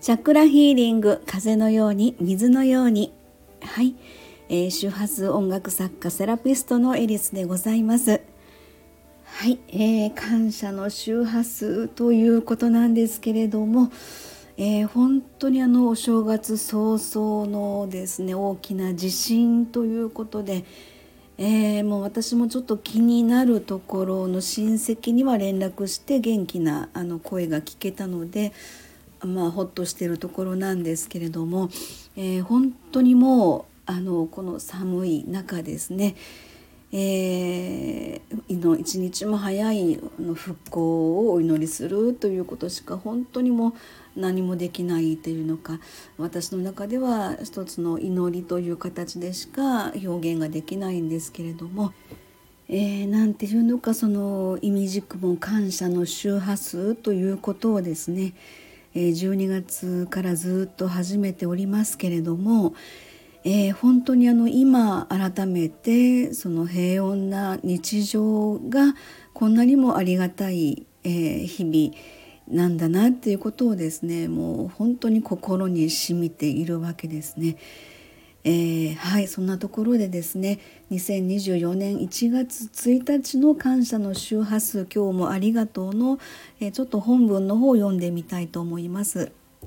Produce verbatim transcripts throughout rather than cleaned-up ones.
チャクラヒーリング、風のように水のように。はい、えー、周波数音楽作家セラピストのエリスでございます。はい、えー、感謝の周波数ということなんですけれども、えー、本当にあのお正月早々のですね大きな地震ということで、えー、もう私もちょっと気になるところの親戚には連絡して元気なあの声が聞けたので、まあ、ほっとしているところなんですけれども、えー、本当にもうあのこの寒い中ですね、えー、の一日も早いの復興をお祈りするということしか本当にもう何もできないというのか、私の中では一つの祈りという形でしか表現ができないんですけれども、えー、なんていうのか、その意味軸も感謝の周波数ということをですね、じゅうにがつからずっと始めておりますけれども、えー、本当にあの今改めてその平穏な日常がこんなにもありがたい、えー、日々なんだなっていうことをですね、もう本当に心に染みているわけですね。えー、はいそんなところでですね、にせんにじゅうよねんいちがつついたちの感謝の周波数、今日もありがとうの、えー、ちょっと本文の方を読んでみたいと思います。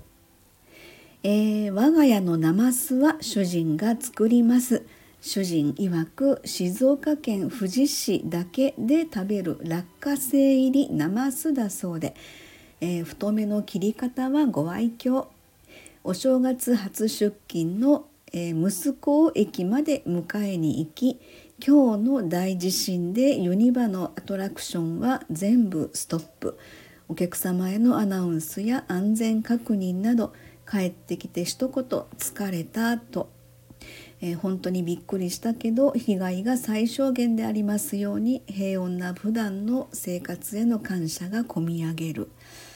えー、我が家のナマスは主人が作ります。主人曰く静岡県富士市だけで食べる落花生入りナマスだそうで、えー、太めの切り方はご愛嬌。お正月初出勤のえー、息子を駅まで迎えに行き、今日の大地震でユニバのアトラクションは全部ストップ。お客様へのアナウンスや安全確認など、帰ってきて一言疲れたと、えー、本当にびっくりしたけど被害が最小限でありますように、平穏な普段の生活への感謝がこみ上げる。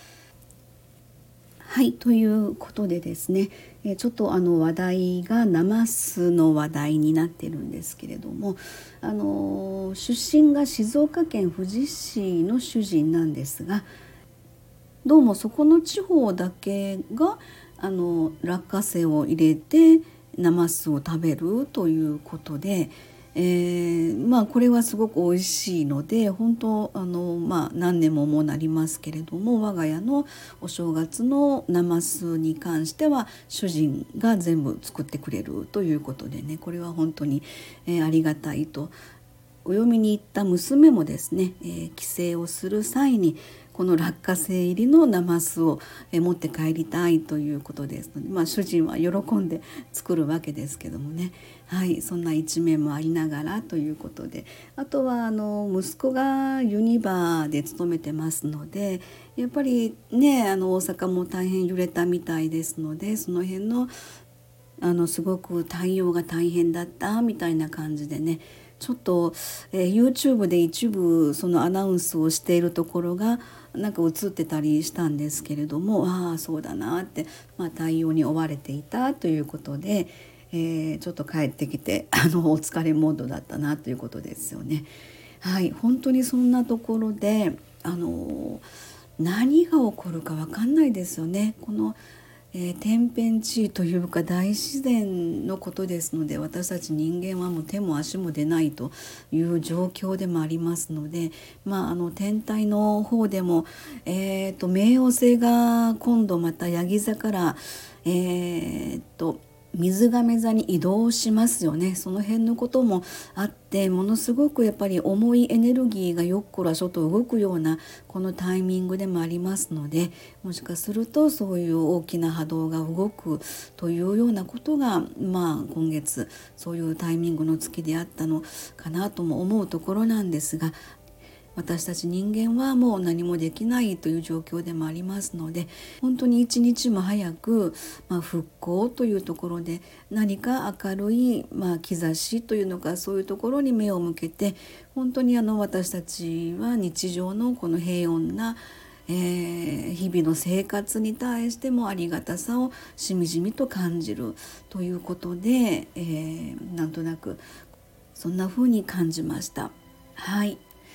はい、ということでですね、えちょっとあの話題がナマスの話題になってるんですけれども、あの出身が静岡県富士市の主人なんですが、どうもそこの地方だけがあの落花生を入れてナマスを食べるということで、えー、まあこれはすごく美味しいので、本当あの、まあ、何年ももうなりますけれども、我が家のお正月のナマスに関しては主人が全部作ってくれるということでね、これは本当に、えー、ありがたいと。お嫁に行った娘もですね、えー、帰省をする際にこの落花生入りのナマスを持って帰りたいということですので、まあ、主人は喜んで作るわけですけどもね、はい、そんな一面もありながらということで、あとはあの息子がユニバーで勤めてますので、やっぱりねあの大阪も大変揺れたみたいですので、その辺のあのすごく対応が大変だったみたいな感じでね、ちょっと、えー、YouTube で一部そのアナウンスをしているところがなんか映ってたりしたんですけれども、ああそうだなって、まあ、対応に追われていたということで、えー、ちょっと帰ってきてあのお疲れモードだったなということですよね。はい、本当にそんなところであの何が起こるか分かんないですよね。このえー、天変地異というか大自然のことですので、私たち人間はもう手も足も出ないという状況でもありますので、まあ、あの天体の方でも、えー、と冥王星が今度またヤギ座から、えー、と水亀座に移動しますよね。その辺のこともあって、ものすごくやっぱり重いエネルギーがよっこらしょと動くようなこのタイミングでもありますので、もしかするとそういう大きな波動が動くというようなことが、まあ、今月そういうタイミングの月であったのかなとも思うところなんですが、私たち人間はもう何もできないという状況でもありますので、本当に一日も早く、まあ、復興というところで何か明るい、まあ、兆しというのか、そういうところに目を向けて、本当にあの私たちは日常のこの平穏なえー、日々の生活に対してもありがたさをしみじみと感じるということで、えー、なんとなくそんな風に感じました。はい、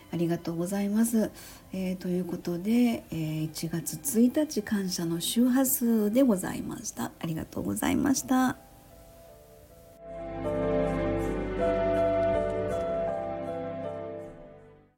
ありがとうございます。えー、ということで、えー、いちがつついたち感謝の周波数でございました。ありがとうございました。